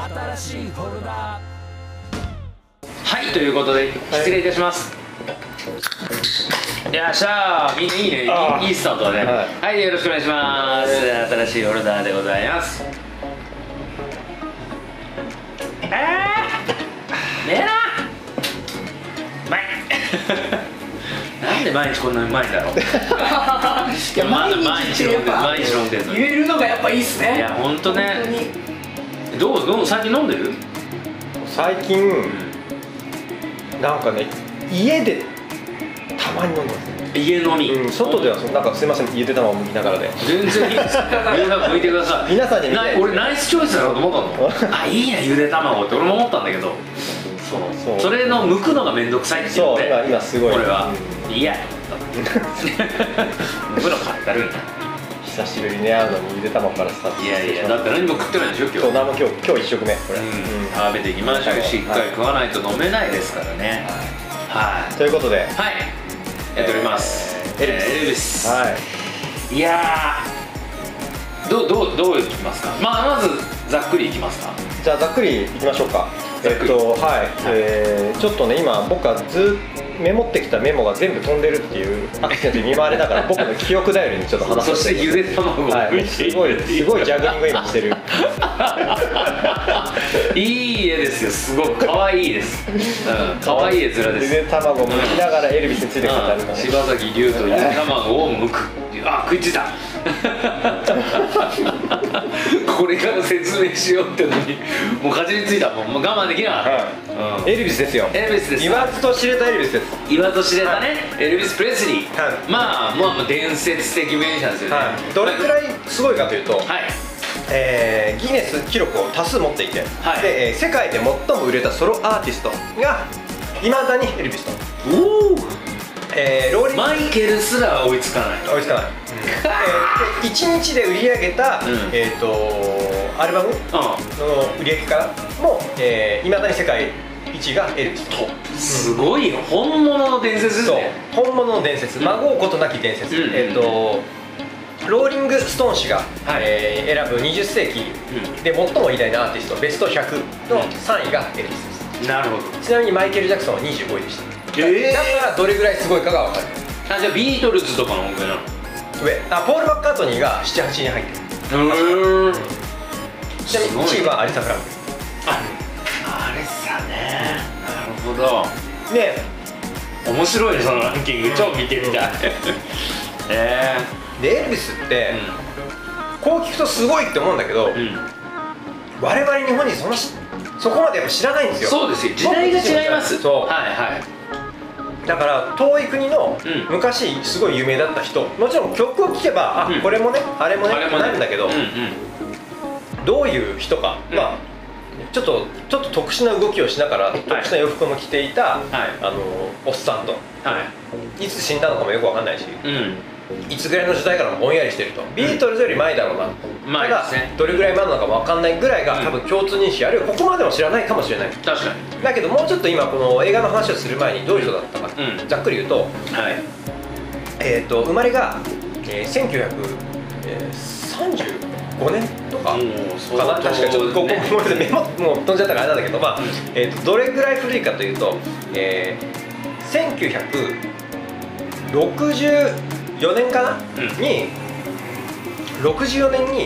新しいフォルダ。 はい、ということで失礼いたします。いやっしゃー、みんないいね、いいスタートだね。はい、よろしくお願いします。新しいフォルダーでございます。ねえなうまいなんで毎日こんなうまいんだろう。いや、毎日飲んでるの言えるのがやっぱいいっすね。 いや、ほんとね。どう最近飲んでる？ 最近なんかね、家でたまに飲んでますね。 家飲み、 外ではなんかすいません、ゆで卵剥きながらで全然いいですよ。ゆで卵剥いてください。 皆さんに見て俺ナイスチョイスだなと思ったの。あ、いいね、ゆで卵って俺も思ったんだけど、それの剥くのがめんどくさいっていうので、 そう今すごい俺はいや剥くのかだるいな。 久しぶりに会うのにゆで卵からスタート。 いやいや、だって何も食ってないでしょ今日。 そう、何も今日1食目これ。 食べていきましょう。しっかり食わないと飲めないですからね。はい。 ということで、 はい。やっております。エルビス。はい。いやー、どういきますか。まずざっくりいきますか。 じゃあざっくりいきましょうか。ちょっとね、今僕はメモってきたメモが全部飛んでるっていうアクシデントに見舞われながら僕の記憶頼りにちょっと話させて。 そしてゆで卵をすごいジャグリング今してる。 いい絵ですよ、すごく可愛いです。可愛い絵面です。 ゆで卵を剥きながらエルビスについて語るから。 柴崎龍とゆで卵を剥く。あ、食いついた。これから説明しようってのにもうかじりついた。もう我慢できなかった。 エルビスですよ。 エルビスです。 言わずと知れたエルビスです。 言わずと知れたね、エルビス・プレスリー。まあ伝説的ミュージシャンですよね。 どれくらいすごいかというと、ギネス記録を多数持っていて、で世界で最も売れたソロアーティストがいまだにエルビスと。 マイケルすら追いつかない。 1日で売り上げたアルバムの売り上げからもいまだに世界一がエルビスと。 すごいよ、本物の伝説ですね。 本物の伝説、まごうことなき伝説。ローリング・ストーン氏が選ぶ20世紀で最も偉大なアーティストベスト100の3位がエルビスです。 なるほど。 ちなみにマイケル・ジャクソンは25位でした。だからどれぐらいすごいかが分かる。 じゃあビートルズとかの上なの？ 上。ポール・マッカートニーが7、8に入ってる。ちなみに1位はアリサ・フランク。 アリサね。なるほど。 ね、 面白いね、そのランキング。超見てみたい。 でエルビスってこう聞くとすごいって思うんだけど、我々日本人そこまでやっぱ知らないんですよ。 そうですよ、時代が違います。 そう、だから遠い国の昔すごい有名だった人、もちろん曲を聴けばこれもねあれもねってなるんだけど、どういう人か、ちょっと特殊な動きをしながら特殊な洋服も着ていたおっさんと、いつ死んだのかもよく分かんないし、いつぐらいの時代からもぼんやりしてると。ビートルズより前だろうな。ただどれぐらい前なのかも分かんないぐらいが多分共通認識、あるいはここまでも知らないかもしれない。 確かに。 だけどもうちょっと今この映画の話をする前にどういう人だったかざっくり言うと、生まれが1935年とかかな、確かちょっとここメモもう飛んじゃったからあれなんだけど、どれぐらい古いかというと1964年かな、に64年に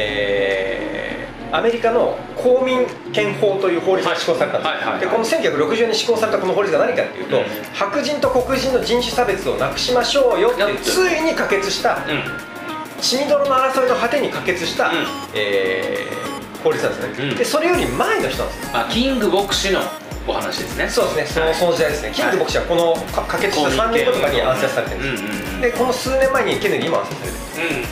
アメリカの公民権法という法律が施行されたんです。でこの1964年に施行されたこの法律が何かっていうと、白人と黒人の人種差別をなくしましょうよってついに可決した、血みどろの争いの果てに可決した、法律なんですね。でそれより前の人なんですよ。 キング牧師のお話ですね。 そうですね、その時代ですね。キング牧師はこの可決した3年後とかに暗殺されてるんです。でこの数年前にケネディも暗殺されてる。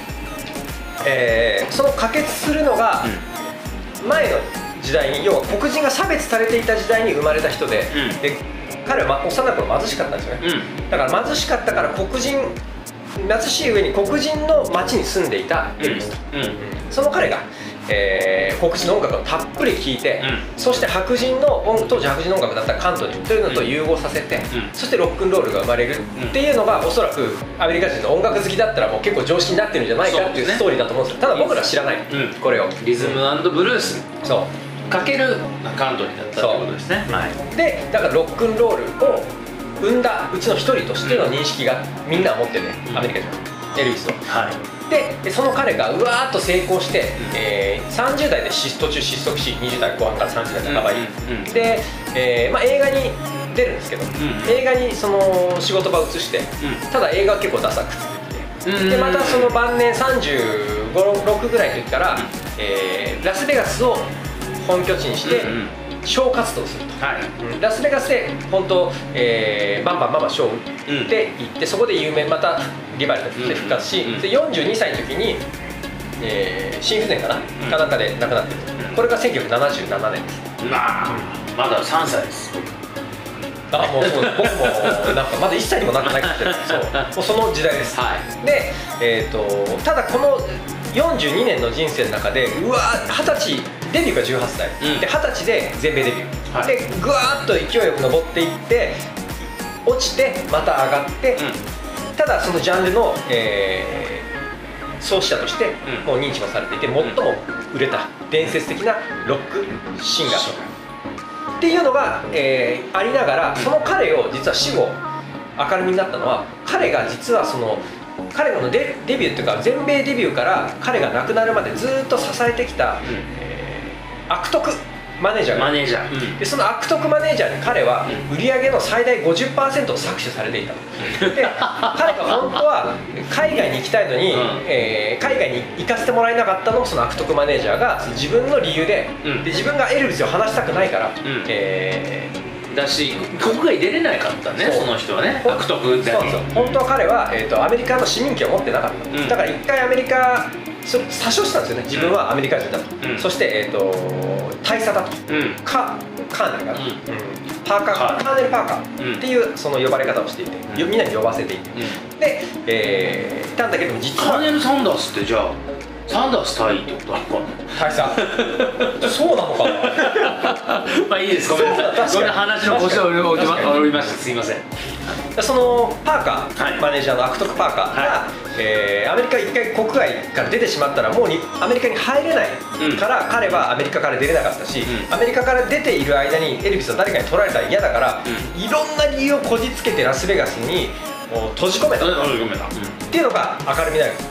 でその可決するのが前の時代に、要は黒人が差別されていた時代に生まれた人で、彼は幼い頃貧しかったんですよね。だから貧しかったから貧しい上に黒人の町に住んでいたエルビスと、その彼が黒人の音楽をたっぷり聴いて、そして当時白人の音楽だったカントリーというのと融合させて、そしてロックンロールが生まれるっていうのがおそらくアメリカ人の音楽好きだったらもう結構常識になってるんじゃないかっていうストーリーだと思うんですよ。ただ僕ら知らない、これをリズム&ブルース。 そうかけるカントリーだったってことですね。 でだからロックンロールを生んだうちの一人としての認識がみんな持ってね、アメリカ人エルヴィスは。でその彼がうわーっと成功して、30代で途中失速し、20代後半から30代半ばにで、映画に出るんですけど、映画にその仕事場を移して、ただ映画は結構ダサく続いて、でまたその晩年35、6ぐらいの時から、ラスベガスを本拠地にしてショー活動をすると、ラスベガスで本当、バンバンショーを打っていって、そこで有名、またリバイバルとして復活し、で42歳の時に、心不全かなんかで亡くなってる、これが1977年です。 まだ3歳です。 もうそう僕もなんかまだ1歳にもなってないからもうその時代です。で、ただこの42年の人生の中で20歳デビューが18歳、で20歳で全米デビュー、でぐわーっと勢いよく上っていって落ちてまた上がって、ただそのジャンルの、創始者としてもう認知もされていて、最も売れた伝説的なロックシンガーっていうのが、ありながら、その彼を実は死後明るみになったのは、彼が実は彼のデビューっていうか全米デビューから彼が亡くなるまでずっと支えてきた、悪徳マネージャーで、その悪徳マネージャーに彼は売り上げの最大 50% を搾取されていたで、彼が本当は海外に行きたいのに、海外に行かせてもらえなかったのをその悪徳マネージャーが自分の理由で、自分がエルヴィスを話したくないから、 だし国外出れなかったね、その人はね、悪徳だけ。 本当は彼は、アメリカの市民権を持ってなかった、だから一回アメリカ詐称したんですよね、自分はアメリカ人だと、そして、大佐だと、カーネルかな、カーネル・パーカーっていうその呼ばれ方をしていて、みんなに呼ばせていて、で、いたんだけども、実はカーネル・サンダースってじゃあサンダース隊員ってことなのか大佐そうなのかなまあいいです、ごめんなさい、それ話の腰を折りました、すいません。 そのパーカー、マネージャーの悪徳パーカーが、アメリカ一回国外から出てしまったらもうアメリカに入れないから、彼はアメリカから出れなかったし、アメリカから出ている間にエルヴィスは誰かに取られたら嫌だから、いろんな理由をこじつけてラスベガスに閉じ込めたっていうのが明るみになるんです。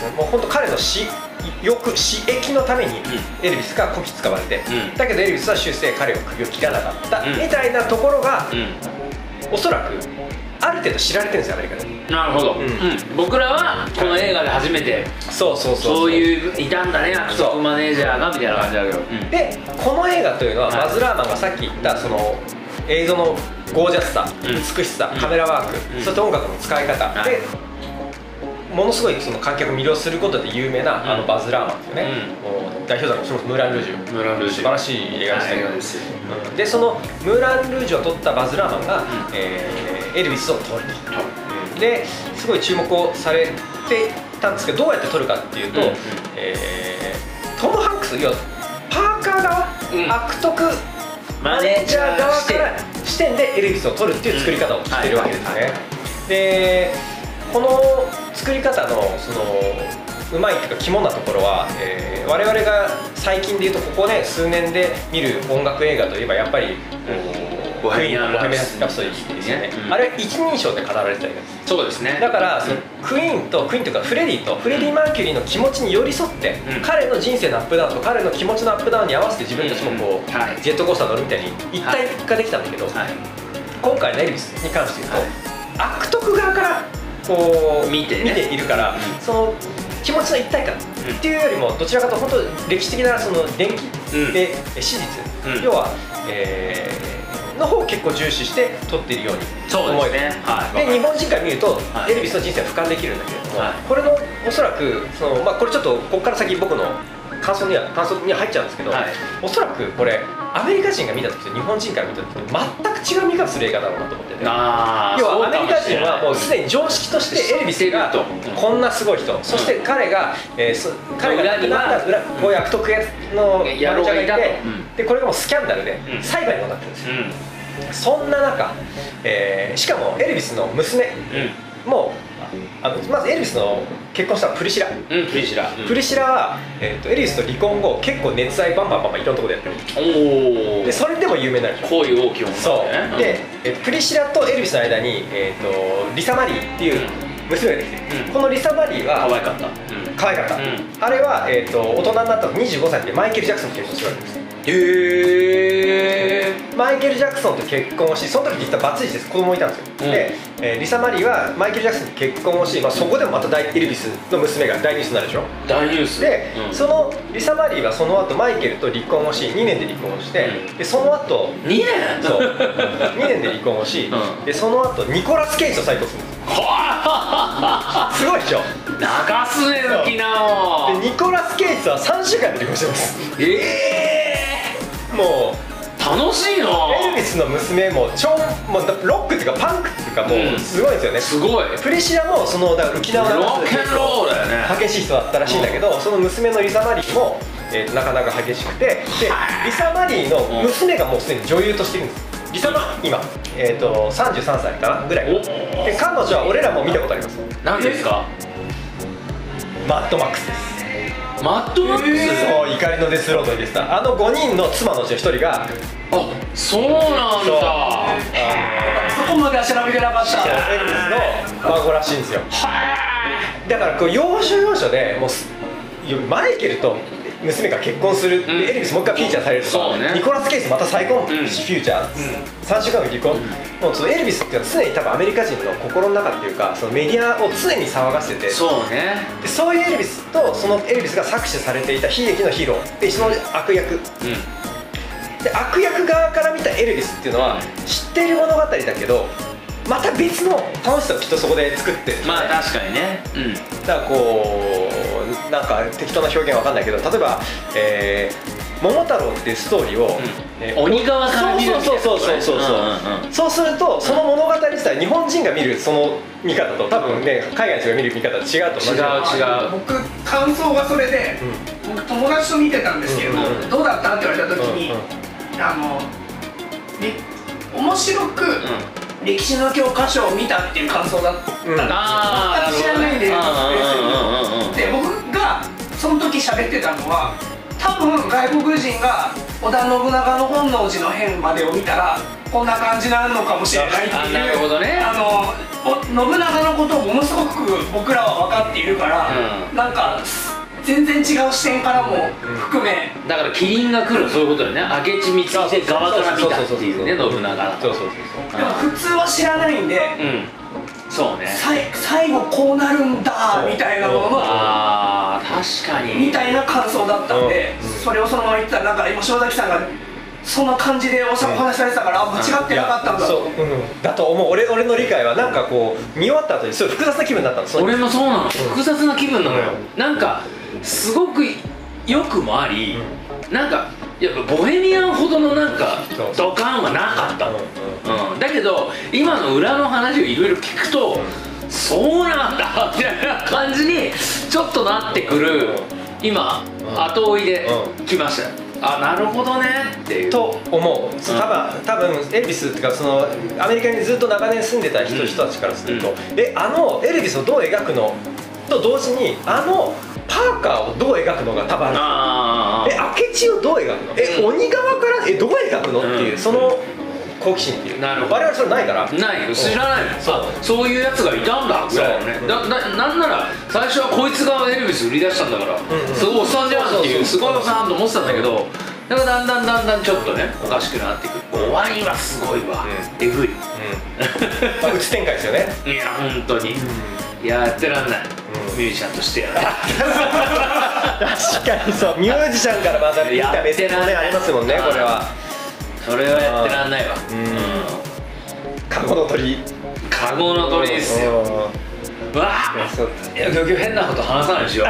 もう本当彼の死役のためにエルヴィスがこき使われて、だけどエルヴィスは終生彼を首を切らなかったみたいなところが、おそらくある程度知られてるんですよ、アメリカで。 なるほど、僕らはこの映画で初めてそういういたんだね、悪徳マネージャーがみたいな感じだけど、 でこの映画というのは、バズ・ラーマンがさっき言ったその映像のゴージャスさ、美しさ、カメラワーク、そして音楽の使い方でものすごいその観客を魅了することで有名なバズ・ラーマンですよね、代表作のムーラン・ルージュ、素晴らしい映画でしたけど、でそのムーラン・ルージュを撮ったバズ・ラーマンがエルヴィスを撮ると、ですごい注目をされてたんですけど、どうやって撮るかっていうと、トム・ハンクス、要はパーカー側、悪徳マネージャー側から視点でエルヴィスを撮るっていう作り方をしてるわけですね。でこの作り方のそのうまいっていうか肝なところは、我々が最近でいうとここね数年で見る音楽映画といえばやっぱりボヘミアン・ラプソディですよね。あれは一人称で語られてた映画です。 そうですね。 だからそのクイーンというかフレディ・マーキュリーの気持ちに寄り添って、彼の人生のアップダウンと彼の気持ちのアップダウンに合わせて自分たちもこうジェットコースター乗るみたいに一体化できたんだけど、今回のエルヴィスに関して言うと悪徳側からこう見ているから、その気持ちの一体感っていうよりもどちらかというと本当歴史的なその伝記で史実、要はの方を結構重視して撮っているように思える。で日本人から見るとエルヴィスの人生は俯瞰できるんだけれども、これのおそらくその、これちょっとここから先僕の感想には入っちゃうんですけど、おそらくこれアメリカ人が見た時と日本人から見た時と全く違う見方する映画だろうなと思ってて、要はアメリカ人はもうすでに常識としてエルヴィスがこんなすごい人、そして彼が裏にはこういう悪徳のマネージャーがいて、でこれがもうスキャンダルで裁判にもなってるんですよ。そんな中、しかもエルヴィスの娘もまずエルヴィスの結婚したプリシラ、プリシラは、エルヴィスと離婚後結構熱愛バンバンいろんなところでやってる。でそれでも有名になるでしょ。 恋多き女そうで、プリシラとエルヴィスの間に、リサ・マリーっていう娘ができてる、このリサ・マリーは可愛かった、 可愛かった、あれは、大人になった25歳でマイケル・ジャクソンと結婚してるわけです。マイケル・ジャクソンと結婚をし、その時実はバツイチです、子供いたんですよ、で、リサ・マリーはマイケル・ジャクソンと結婚をし、そこでもまたエルヴィスの娘が大ニュースになるでしょ。 大ニュースで、そのリサ・マリーはその後マイケルと離婚をし、2年で離婚をして、でその後 2年そう2年で離婚をし、でその後ニコラス・ケイジと再婚するんですよ。すごいでしょ。 中洲へのきなおでニコラス・ケイジとは3週間で離婚してます。もう楽しいな。 エルヴィスの娘ももうロックっていうかパンクっていうかもうすごいんですよね、 すごい。 プリシラもそのだから浮き縄ロッケンロールだよね。 激しい人だったらしいんだけど、その娘のリサ・マリーも、なかなか激しくて、でリサ・マリーの娘がもうすでに女優としているんです。リサ・マ今、33歳かなぐらいで、彼女は俺らも見たことあります。 何ですか？ マッドマックスです。 マッドマックス、 そう、怒りのデスロードに出てた5人の妻のうちの1人が、 そうなんだ。 そこまでは調べてなかった。 エルヴィスの孫らしいんですよ。だからこう要所要所でもうマイケルと娘が結婚する、エルヴィスもう一回フィーチャーされるとか、ニコラス・ケイジまた再婚、フューチャー、3週間の離婚、もうそのエルヴィスっていうのは常に多分アメリカ人の心の中っていうか、そのメディアを常に騒がせてて、 そうね。 でそういうエルヴィスとそのエルヴィスが搾取されていた悲劇のヒーローで、その悪役、で悪役側から見たエルヴィスっていうのは知っている物語だけど、また別の楽しさをきっとそこで作ってる、ね、 まあ確かにね、 だからこうなんか適当な表現は分かんないけど、例えば「桃太郎」っていうストーリーを、 鬼側から見るみたいな、 そうするとその物語自体日本人が見るその見方と多分ね海外の人が見る見方と違うと思う。 違う。 僕感想がそれで、僕友達と見てたんですけど、どうだったって言われた時に、面白く歴史の教科書を見たっていう感想だった。全く知らないんで、で僕がその時喋ってたのは、多分外国人が織田信長の本能寺の変までを見たらこんな感じなのかもしれないっていう、 なるほどね。 信長のことをものすごく僕らは分かっているから、なんか全然違う視点からも含め、 だから麒麟が来る、そういうことだよね。明智光秀側から見たっていうね、信長。 でも普通は知らないんで、 そうね、 最後こうなるんだみたいなものの、 確かにみたいな感想だったんで、それをそのまま言ったら、なんか今塩崎さんがそんな感じでお話しされてたから、間違ってなかったんだと。 だと思う。俺の理解はなんかこう見終わった後にすごい複雑な気分になったんです。 俺もそうなの、複雑な気分なのよ。なんかすごく良くもあり、なんかやっぱボヘミアンほどのなんかドカンはなかったの。だけど今の裏の話をいろいろ聞くと、そうなんだみたいな感じにちょっとなってくる今後追いで来ましたよ。なるほどねっていうと思う。多分エルヴィスっていうか、そのアメリカにずっと長年住んでた人たちからすると、エルヴィスをどう描くのと同時にパーカーをどう描くのが多分ある。明智をどう描くの、鬼側からどう描くのっていう、その好奇心っていう。我々それないから。 ないよ、知らないもん。そういうやつがいたんだぐらいのね。なんなら最初はこいつがエルヴィス売り出したんだから、すごいおっさんじゃんっていう、すごいおっさんと思ってたんだけど、だからだんだんちょっとねおかしくなっていく。終わりはすごいわ、えぐい。 うつ展開ですよね。 いや本当にやってらんない、ミュージシャンとしてやる。 確かにそう、ミュージシャンからまた見た目線もねありますもんね、これは。 それはやってらんないわ。 カゴの鳥ですよ。わあ、いや今日変なこと話さないでしょ。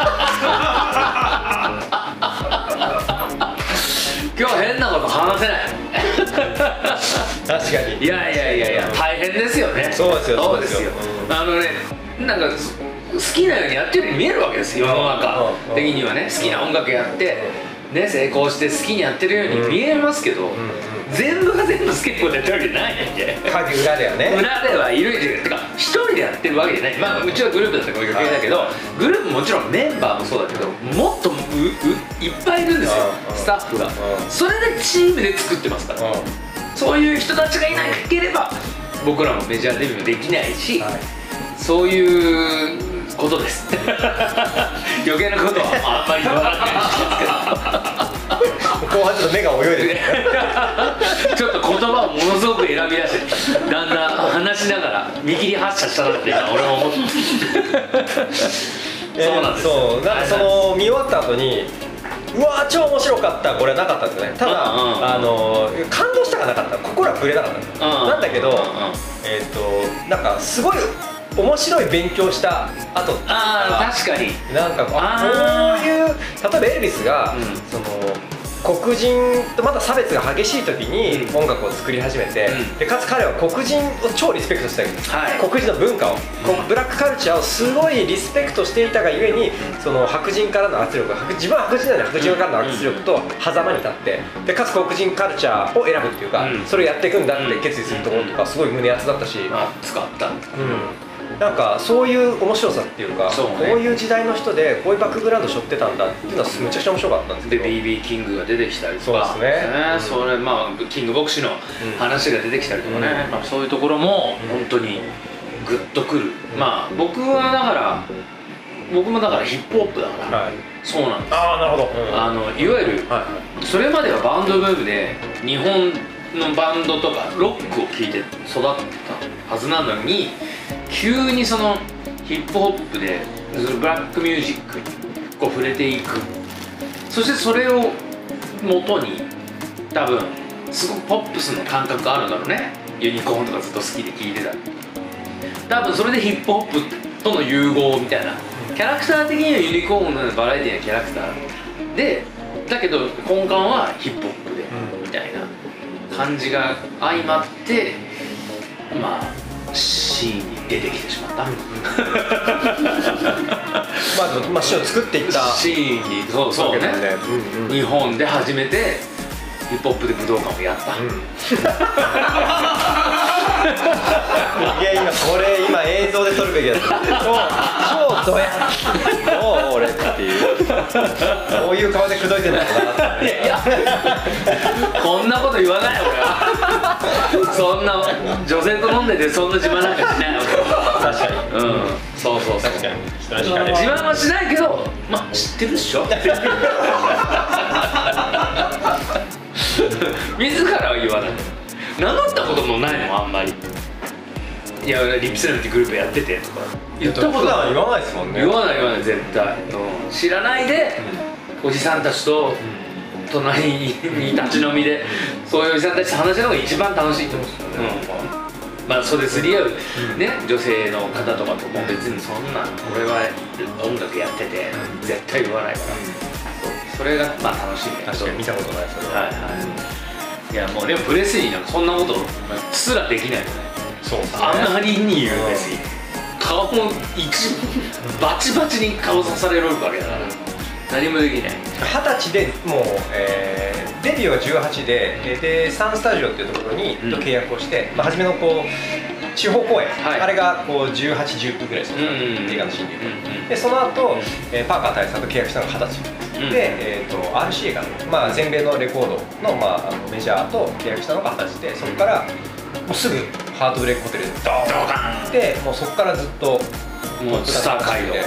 今日変なこと話せない。 確かに。 いや大変ですよね。 そうですよ。 なんか好きなようにやってるように見えるわけですよ、世の中的にはね。好きな音楽やってね、成功して好きにやってるように見えますけど、 全部が全部スケボーでやってるわけじゃないんで、 影裏ではね、 裏ではいるってか一人でやってるわけじゃない。まあうちはグループだったから余計だけど、グループもちろんメンバーもそうだけど、もっといっぱいいるんですよ、スタッフが。それでチームで作ってますから、そういう人たちがいなければ僕らもメジャーデビューできないし、そういうことです。余計なことはあんまり言わないですけど、 後半ちょっと目が泳いでるちょっと言葉をものすごく選び出してだんだん話しながら見切り発車したなっていうのは俺も思ってそうなんですよ。 そうなんかその見終わった後にうわー超面白かった、これはなかったんですよね。ただ感動したがなかった、心は触れなかったんですよ。なんだけどなんかすごい面白い勉強した後って、 確かになんかこういう、例えばエルビスが、その黒人とまだ差別が激しい時に音楽を作り始めて、でかつ彼は黒人を超リスペクトしてたけど、黒人の文化を、ブラックカルチャーをすごいリスペクトしていたがゆえに、その白人からの圧力、自分は白人なのに白人からの圧力と狭間に立って、でかつ黒人カルチャーを選ぶっていうか、それをやっていくんだって決意するところとかすごい胸熱だったし、 使ったなんかそういう面白さっていうか、こういう時代の人でこういうバックグラウンド背負ってたんだっていうのはむちゃくちゃ面白かったんですけど、 で BB キングが出てきたりとか、 そうですね、 それまあキング牧師の話が出てきたりとかね、そういうところも本当にグッとくる。まあ僕もだからヒップホップだから、そうなんです。 ああなるほど。いわゆるそれまではバンドブームで日本のバンドとかロックを聴いて育ってたはずなのに、急にそのヒップホップでブラックミュージックにこう触れていく。そしてそれを元に多分すごくポップスの感覚があるんだろうね。ユニコーンとかずっと好きで聴いてた。多分それでヒップホップとの融合みたいな、キャラクター的にはユニコーンのバラエティーなキャラクターで、だけど根幹はヒップホップでみたいな感じが相まって、まあシーンに出てきてしまった。 まあシーンを作っていったシーンに、そうね、日本で初めてヒップホップで武道館をやった。 いや今映像で撮るべきだった。超ドヤもう俺っていう、こういう顔で口説いてんだろうなって。 いやこんなこと言わない俺は。そんな女性と飲んでてそんな自慢なんかしないわけ。 確かに、 そう確かに自慢はしないけど、まあ知ってるっしょ。自らは言わない。名乗ったこともないのあんまり。いやリップスラムってグループやっててとか言ったことは言わないですもんね。 言わない絶対、知らないで、おじさんたちと隣に立ち飲みでそういうおじさんたちと話してるのが一番楽しいと思うんですよね。まあそれですり合うね、女性の方とかとも別にそんな俺は音楽やってて絶対言わないから、それがまあ楽しいね。 確かに見たことないそれは。 いやもうでもプレスリーなんかそんなことすらできないよね。 そうですね、 あんなにいるんですよ。顔もバチバチに顔刺されるわけだから何もできない。 20歳でもう、デビューが18でサンスタジオっていうところに契約をして、初めのこう地方公演、あれがこう18、19ぐらいですよ、映画のシーンで。でその後、パーカー大佐と契約したのが20歳で、RCA が、全米のレコードの、メジャーと契約したのが20歳で、そこからもうすぐハートブレイクホテルでドーンってもうそこからずっともうスター街道、かわ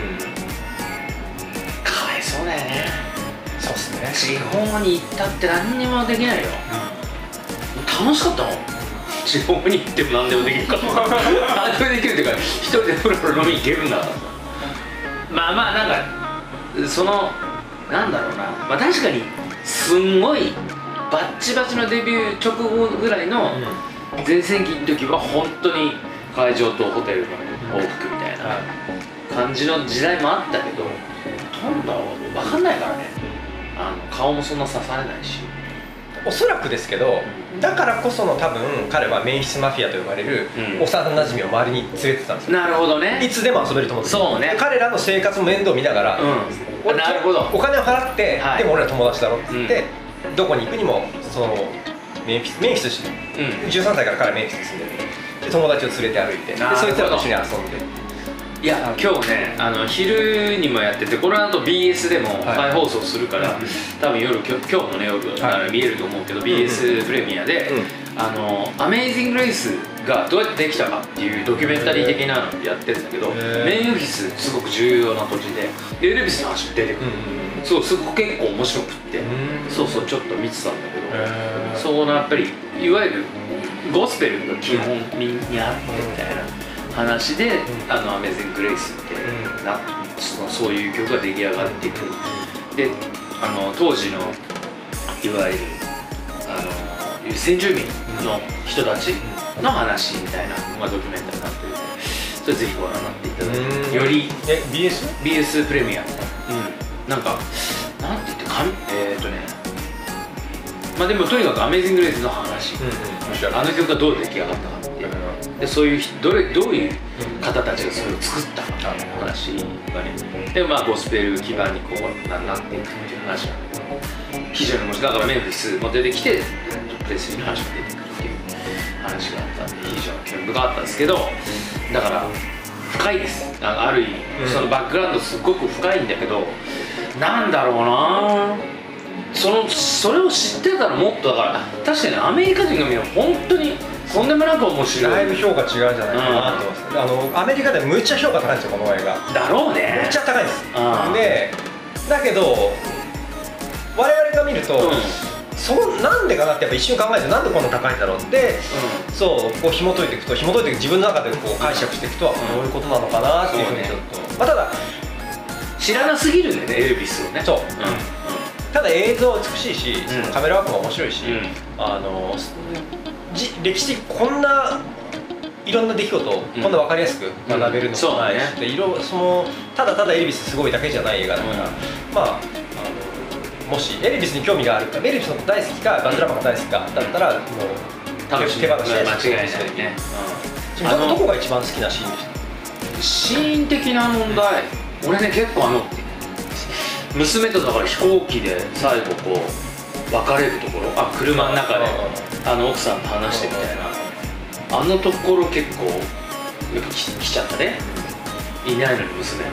いそうだよね。 そうっすね。 地方に行ったって何にもできないよ。楽しかったもん。地方に行っても何でもできるから何でもできるっていうか一人でプロプロ飲みに行けるんだからさ。なんかそのなんだろうな、確かにすんごいバッチバチのデビュー直後ぐらいの全盛期の時は本当に会場とホテルの往復みたいな感じの時代もあったけど、なんだろう分かんないからね。顔もそんな刺されないし。 おそらくですけど、だからこその多分彼はメイシスマフィアと呼ばれる幼なじみを周りに連れてたんですよ。 なるほどね。 いつでも遊べると思って。 そうね。 彼らの生活も面倒見ながら、 なるほど。 お金を払って、でも俺ら友達だろって言って、どこに行くにもそのメンフィスして、13歳から彼はメンフィスに住んでるで友達を連れて歩いてでそいつらと一緒に遊んで。 いや今日ね昼にもやっててこの後 BS でも再放送するから、多分夜今日のね夜見えると思うけど、BS プレミアでアメイジング・レイスがどうやってできたかっていうドキュメンタリー的なのやってるんだけど、メンフィスすごく重要な土地でエルビスの話出てくる、そうすごく結構面白くって、そうちょっと見てたんだけど、そうやっぱりいわゆるゴスペルが基本にあってみたいな話で、アメージング・グレイスってそういう曲が出来上がっていく。で当時のいわゆる先住民の人たちの話みたいなドキュメンタリーになってるので、それぜひご覧になっていただいて、より BS プレミア、なんかなんて言ってまあでもとにかくアメージング・グレイスの話、あの曲がどう出来上がったかっていうで、そういうどういう方たちがそれを作ったのかの話がね、でまあゴスペル基盤にこうなっていくっていう話なんだけど、非常に面白い。だからメンフィスも出てきてプレスリーの話が出てくるっていう話があったんで、非常に興味深かったんですけど、だから深いです。ある意味そのバックグラウンドすごく深いんだけど、なんだろうな、それを知ってたらもっと、だから確かにアメリカ人が見ると本当にとんでもなく面白い。 だいぶ評価違うんじゃないかなと思います。アメリカでむっちゃ評価高いんですよこの映画。 だろうね。 めっちゃ高いんです。でだけど我々が見ると、なんでかなってやっぱ一瞬考えて、なんでこんな高いんだろうって、そうこう紐解いていくと自分の中でこう解釈していくと、こういうことなのかなっていうふうにちょっと、まあただ知らなすぎるんだよねエルビスをね。 そう、ただ映像は美しいし、カメラワークも面白いし、歴史的こんないろんな出来事をこんな分かりやすく学べるのもないし、ただただエルビスすごいだけじゃない映画だから、まあもしエルビスに興味があるか、エルビスの大好きかバンドラマが大好きかだったらもう手放しやすい。 間違いないね。 どこが一番好きなシーンでした？ シーン的な問題、俺ね結構娘とだから飛行機で最後こう別れるところ、車の中で奥さんと話してみたいな、あのところ結構やっぱ来ちゃったね。いないのに娘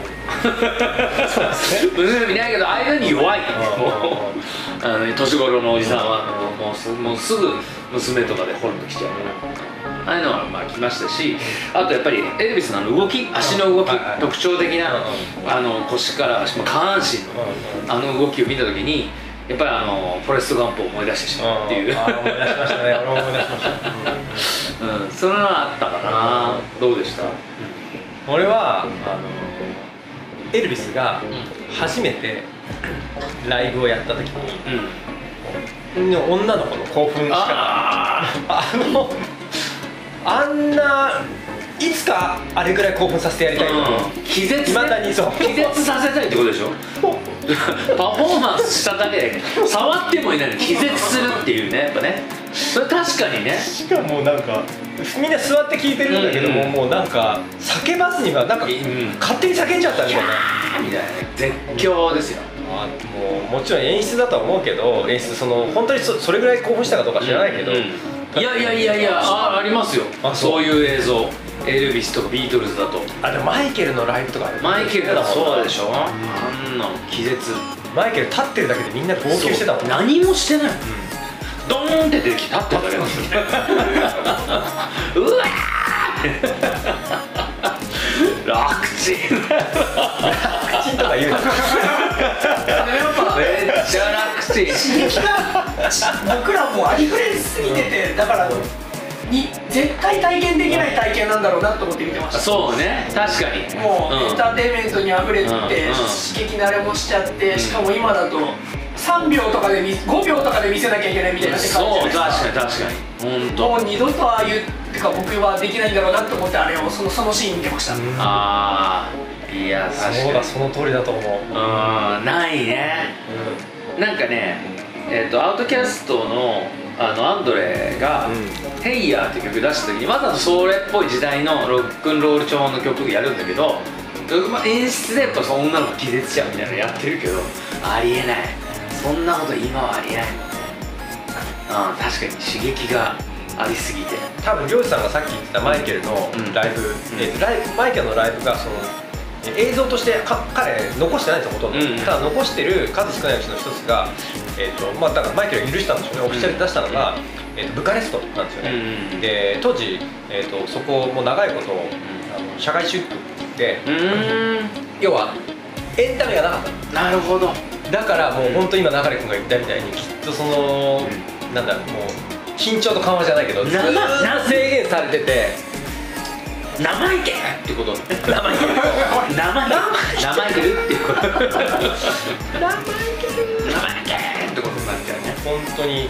娘いないけど間に弱い年頃のおじさんはもうすぐ娘とかでホルンと来ちゃうから、ああいうのはまあ来ましたし、あとやっぱりエルビスの動き、足の動き、特徴的な腰から下半身の動きを見た時にやっぱりフォレスト・ガンプを思い出してしまうっていう。 思い出しましたね。俺も思い出しました。 それはあったかな。どうでした？ 俺はエルビスが初めてライブをやった時に、女の子の興奮しかあんないつかあれぐらい興奮させてやりたいと、 気絶させたいってことでしょパフォーマンスしただけで触ってもいないのに気絶するっていうね、やっぱね、それ確かにね。 しかもなんかみんな座って聞いてるんだけども、もうなんか叫ばずにはなんか勝手に叫んじゃったみたいなみたいな絶叫ですよ。 もちろん演出だとは思うけど、演出本当にそれぐらい興奮したかどうか知らないけど、 いやありますよ、そういう映像。エルビスとかビートルズだと。 でもマイケルのライブとかマイケルだそうでしょ、あんなの気絶。 マイケル立ってるだけでみんな号泣してたもん。 何もしてない、ドーンって出てきて立ってるだけなんですようわー楽ちん楽ちんとか言うなめっちゃ楽ちん僕らもありふれすぎてて、だから絶対体験できない体験なんだろうなと思って見てました。 そうね、確かにもうエンターテインメントにあふれて刺激慣れもしちゃって、しかも今だと3秒とかで5秒とかで見せなきゃいけないみたいな感じじゃないですか。 そう、確かに本当。 もう二度とああいうってか僕はできないんだろうなと思って、あれをそのシーン見てました。 いや確かにそうだ、その通りだと思う。 ないね、なんかね、アウトキャストのアンドレが「ヘイヤー」って曲出した時にわざとそれっぽい時代のロックンロール調の曲やるんだけど、演出でやっぱ女の子気絶しちゃうみたいなのやってるけど、ありえない、そんなこと今はありえないもんね。 確かに刺激がありすぎて、 多分りょうじさんがさっき言ってたマイケルのライブ、マイケルのライブがその映像として彼残してないんですよほとんど、ただ残してる数少ないうちの一つが、だからマイケルが許したんでしょうね、オフィシャルで出したのが、ブカレストなんですよね、で当時、そこも長いこと社会主義で、要はエンタメがなかった。 なるほど。 だからもう本当今流君が言ったみたいにきっとその、なんだろう、もう緊張と緩和じゃないけどずっと制限されてて、 生意気ってこと。生意気るっていうこと。生意気ってことになっちゃうね。 本当に、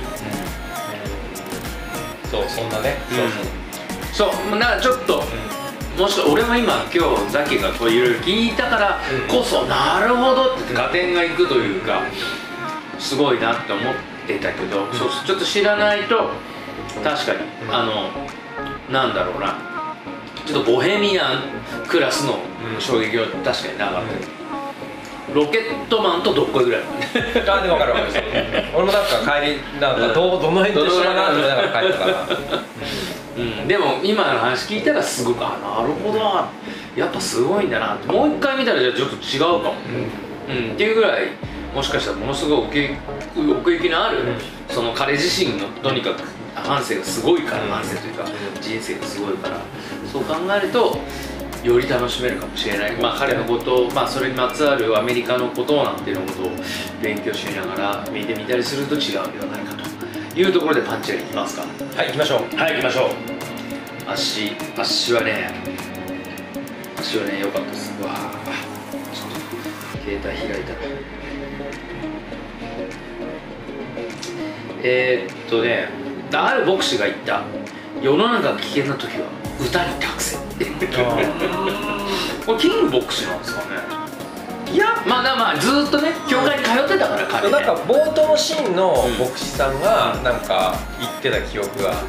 そう、そんなね、 そう、だからちょっと、もし俺も今ザキがこういろいろ聞いたからこそ、なるほどって合点がいくというか、すごいなって思ってたけど、そうちょっと知らないと確かになんだろうな、ちょっとボヘミアンクラスの衝撃は確かになかった。ロケットマンとどっこいぐらい。 あ、でも分かる分かる。俺もなんか帰りなんかどの辺でしょうかなって思いながら帰ったから。 でも今の話聞いたらすごく、なるほど、やっぱすごいんだなって、もう一回見たらじゃあちょっと違うかも、っていうぐらい、もしかしたらものすごい奥行きのある、その彼自身のとにかく半生がすごいから、半生というか人生がすごいから、そう考えるとより楽しめるかもしれない。彼のことを、それにまつわるアメリカのことなんていうのことを勉強しながら見てみたりすると違うのではないかというところで、パンチラいきますか。 はい、行きましょう。 はい、行きましょう。足はね良かったです。うわあ、ちょっと携帯開いたら、ある牧師が言った、世の中が危険な時は歌に託せって。これキング牧師なんですかね。いや、ずっとね教会に通ってたから、彼ね。 なんか冒頭のシーンの牧師さんがなんか言ってた記憶が、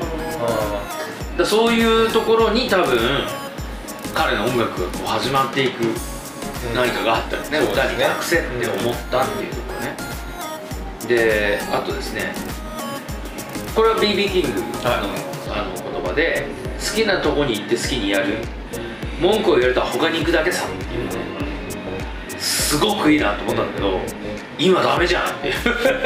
そういうところに多分彼の音楽がこう始まっていく何かがあったんですね、歌に託せって思ったっていうところね。で、あとですね、これは BB キングの言葉で、好きなとこに行って好きにやる、文句を言われたら他に行くだけさっていうね、すごくいいなと思ったんだけど、今ダメじゃんっていう。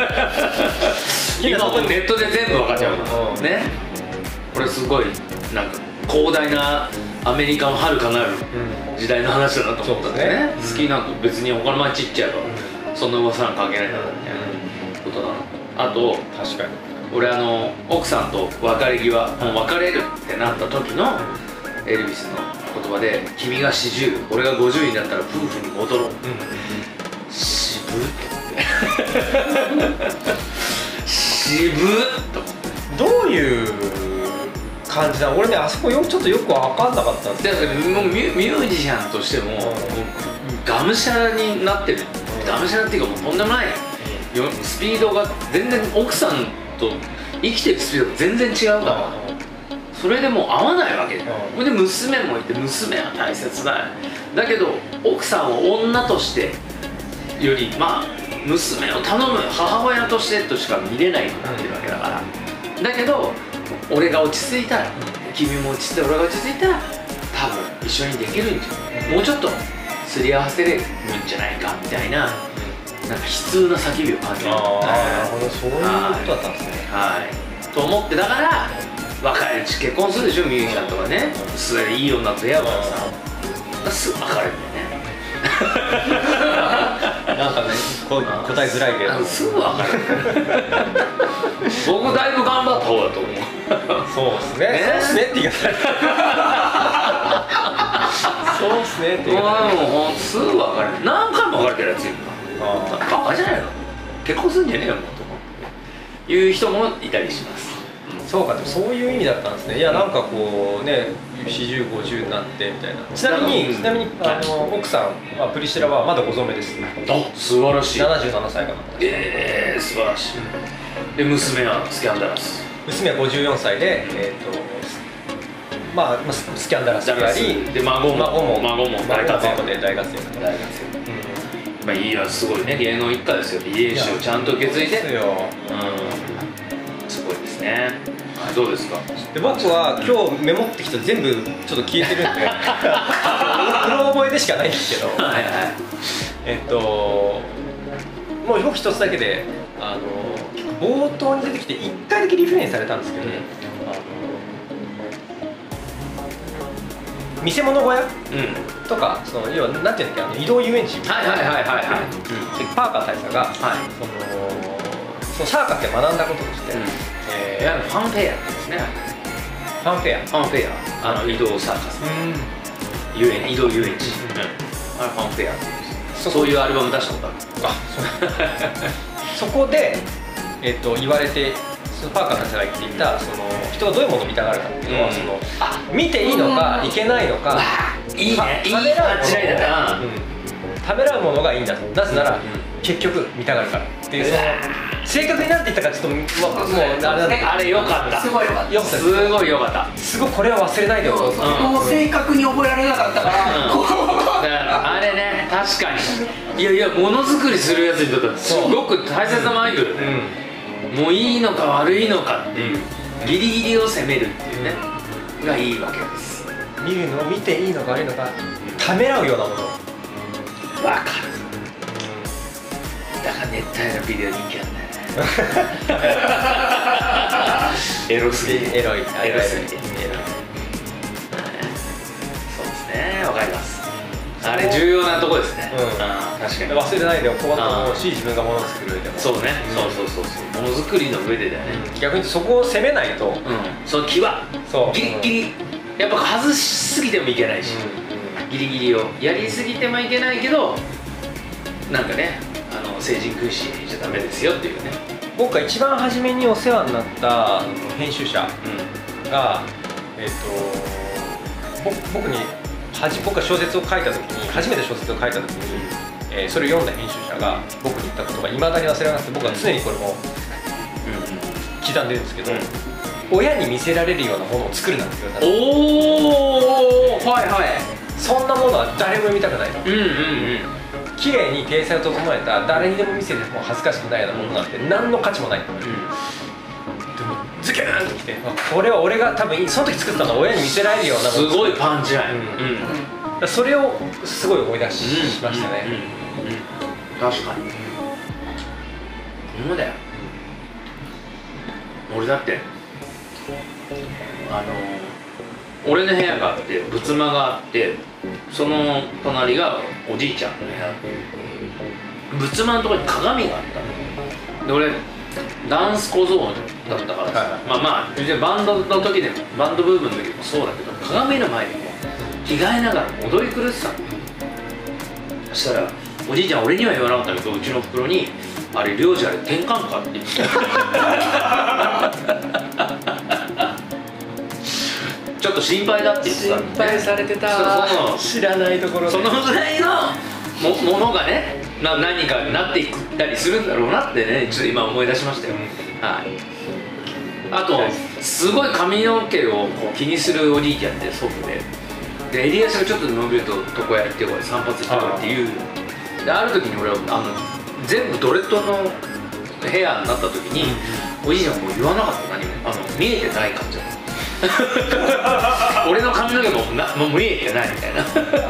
今もうネットで全部分かっちゃうからね。これすごいなんか広大なアメリカの遥かなる時代の話だなと思ったんですね。好きなんて別に他の町行っちゃえばそんな噂なんか関係ないからみたいなことだな。あと確かに俺奥さんと別れ際、もう別れるってなった時のエルビスの言葉で、君が40俺が50になったら夫婦に戻ろう、渋っと思って渋っと思って、 どういう感じなの？俺ね、あそこちょっとよく分かんなかったんですよ。もうミュージシャンとしても、がむしゃらになってる、がむしゃらっていうかもうとんでもないスピードが全然、奥さんと生きてるスピードが全然違うから、それでもう合わないわけで、それで娘もいて、娘は大切だだけど奥さんを女としてより娘を頼む母親としてとしか見れないようになってるわけだから、だけど俺が落ち着いたら、君も落ち着いて俺が落ち着いたら多分一緒にできるんじゃない、もうちょっとすり合わせれるんじゃないかみたいな、なんか悲痛な叫びを感じる。 なるほど、そういうことだったんですね。 と思って、だから若いうち結婚するでしょ、ミュージシャンとかね、すごいいい女と出会うからさ、すぐ別れるんだよね。 なんかね、答えづらいけどすぐ別れる。僕だいぶ頑張った方だと思う。 そうっすね、そうっすねって言い方。そうっすねって言い方。 もうすぐ別れる。何回も別れてるやついるから、バカじゃないの、結婚するんじゃねえよもうという人もいたりします。 そうか、でもそういう意味だったんですね。いや、なんかこうね、40、50になってみたいな。ちなみに奥さんプリシラはまだご存命です。 素晴らしい。 77歳かな。 素晴らしい。で、娘はスキャンダラス。 娘は54歳で、スキャンダラスであり、 で孫も大活躍で大活躍。 いや、すごいね、芸能一家ですよ。遺伝子をちゃんと受け継いで。 ね。どうですか？ で僕は今日メモってきた全部ちょっと聞いてるんでうろ覚えでしかないんですけど、 はいはい。 もう僕一つだけで冒頭に出てきて1回だけリフレインされたんですけど、見せ物小屋とか、その要はなんていうんだっけ、移動遊園地みたいな、パーカー大佐が、そのサーカスで学んだこととして、 ファンフェアですね。 ファンフェア、 移動サーカス、移動遊園地、あれファンフェア、そういうアルバム出したことある。 そこで言われて、そのパーカーたちが言っていた、その人がどういうものを見たがるかっていうのは、その見ていいのかいけないのか、 いいね、いい間違いだな。 ためらうものがいいんだと、なぜなら結局見たがるからっていう、その正確になって言ったかちょっともうあれ良かった、 すごい良かった、 すごい良かった、 すごいこれは忘れないでおこうと。 もう正確に覚えられなかったから、 あれね、確かに、いやものづくりするやつにとってはすごく大切なマインドでね、もういいのか悪いのかっていうギリギリを攻めるっていうねがいいわけです。 見るのを見ていいのか悪いのかためらうようなもの、 分かる。だから熱帯のビデオ人気なんだよね。エロすぎて、 エロい、 エロすぎて、そうですね、わかります。あれ重要なとこですね。確かに忘れないでおこうと思うし、自分がものを作る上でもそうね、そうものづくりの上でだよね。 逆にそこを攻めないと、 その際ギリギリやっぱ外しすぎてもいけないし、ギリギリをやりすぎてもいけないけど、なんかね、聖人君子じゃダメですよっていうね。 僕が一番初めにお世話になった編集者が、僕が小説を書いた時に、初めて小説を書いた時に、それを読んだ編集者が僕に言ったことがいまだに忘れなくて、僕は常にこれも刻んでるんですけど、親に見せられるようなものを作るなんて言われた。 おー、はいはい。 そんなものは誰も見たくないと。綺麗に体裁を整えた、誰にでも見せても恥ずかしくないようなものなんて何の価値もない。でもズキューンときて、これは俺が多分その時作ったのは親に見せられるようなもの、 すごいパンチライン。 それをすごい思い出しましたね。 確かにそうだよ。俺だって俺の部屋があって、仏間があって、その隣がおじいちゃんの部屋。仏間のところに鏡があったので、俺ダンス小僧だったからさ、まあバンドの時でも、バンドブームの時もそうだけど、鏡の前にも着替えながら踊り狂ってたの。そしたらおじいちゃん、俺には言わなかったけど、うちの袋に「あれ領事あれ転換か」って言ってちょっと心配だって言ってた。 心配されてた。知らないところでそのぐらいのものがね、何かになっていったりするんだろうなってね、ちょっと今思い出しましたよ。はい。あとすごい髪の毛をこう気にするおじいちゃんって祖父で、襟足がちょっと伸びると床屋行ってこい、散髪行ってこいって言う。である時に俺は全部ドレッドのヘアになった時に、おじいちゃんもう言わなかった。何も見えてない感じ。俺の髪の毛ももう見えてないみたいな。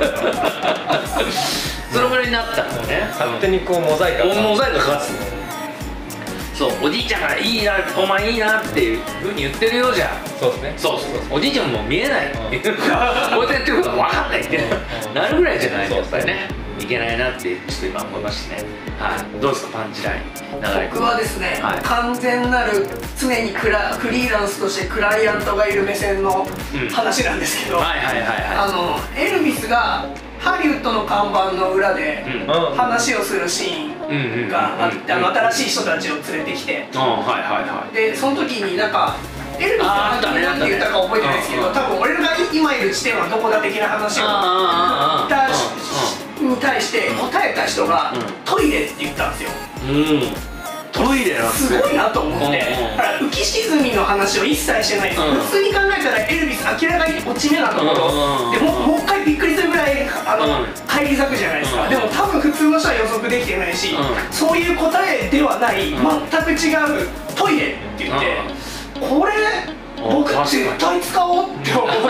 そのぐらいになったんだね。 勝手にこうモザイクかかってた。そう、おじいちゃんがいいな、お前いいなっていうふうに言ってるようじゃん。 そうですね。 そうおじいちゃんも見えないってこうやって言ってることは分かんないってなるぐらいじゃないとやっぱりね、いけないなってちょっと今思いましたね。はい。どうですか、パンチライン。 僕はですね、完全なる常にフリーランスとしてクライアントがいる目線の話なんですけど、エルビスがハリウッドの看板の裏で話をするシーンがあって、新しい人たちを連れてきて、でその時になんかエルビスが何て言ったか覚えてないですけど、多分俺が今いる地点はどこだ的な話をに対して答えた人がトイレって言ったんですよ。 トイレなんですすごいなと思って、浮き沈みの話を一切してないです。普通に考えたらエルビス明らかに落ち目なところでもう一回びっくりするぐらい返り咲くじゃないですか。でも多分普通の人は予測できてないし、そういう答えではない全く違うトイレって言って、 これ僕絶対使おうって思って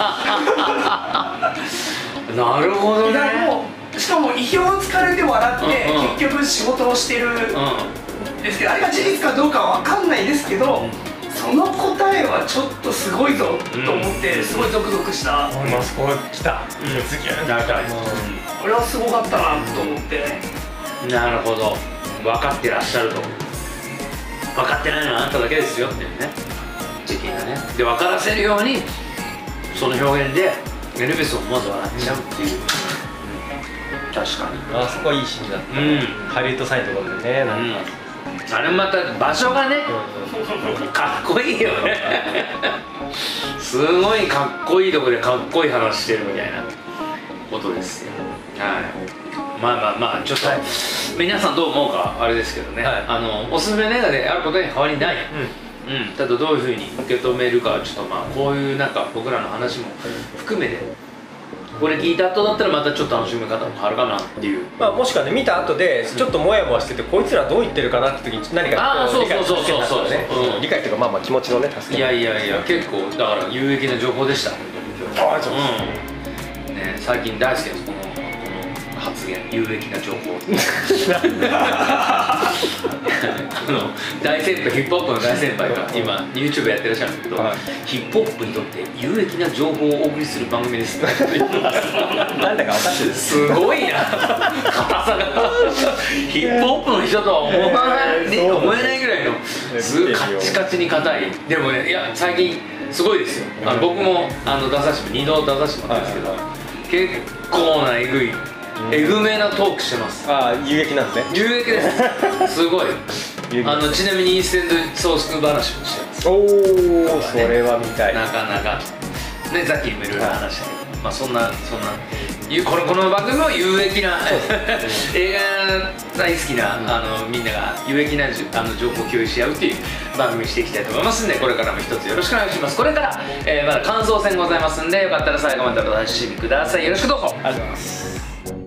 なるほどね。 しかも意表をつかれて笑って、結局仕事をしてるんですけど、あれが事実かどうかは分かんないですけど、その答えはちょっとすごいぞと思って、すごいゾクゾクした。 ここ来た。次なるほど。 これはすごかったなと思って。 なるほど。分かってらっしゃると。分かってないのはあなただけですよっていうね。時期がね。で分からせるようにその表現でエルヴィスをまず笑っちゃうっていう。確かに。 あそこいいシーンだった。ハリウッドサインとかでね、なんか。 あれまた場所がね、かっこいいよね。すごいかっこいいとこでかっこいい話してるみたいなことですよ。はい。まあちょっと皆さんどう思うかあれですけどね、おすすめの映画であることに変わりない。ただどういうふうに受け止めるか、ちょっとこういうなんか僕らの話も含めて。これ聞いた後だったらまたちょっと楽しみ方も変わるかなっていう、 もしくはね見た後でちょっとモヤモヤしてて、こいつらどう言ってるかなって時に何か理解してたんですね。理解っていうか気持ちのね助け。 いや結構だから有益な情報でした。最近大好きですこの発言、有益な情報。大先輩、ヒップホップの大先輩が今 YouTube やってらっしゃるんですけど、ヒップホップにとって有益な情報をお送りする番組ですって言ってます。 なんだか分かってる。 すごいな、硬さが。ヒップホップの人とは思えないぐらいのすごいカッチカチに硬い。でもね、いや最近すごいですよ。僕も2度出させてもらったんですけど、結構なえぐめなトークしてます。 有益なんですね。 有益です。すごい。ちなみにインステントソース話もしてます。 おお、それは見たい。 なかなかね、さっきもいろいろ話したけど、そんなこの番組も有益な映画大好きなみんなが有益な情報を共有し合うっていう番組にしていきたいと思いますんで、これからも一つよろしくお願いします。これからまだ感想戦ございますんで、よかったら最後までお楽しみください。よろしくどうぞ。 ありがとうございます。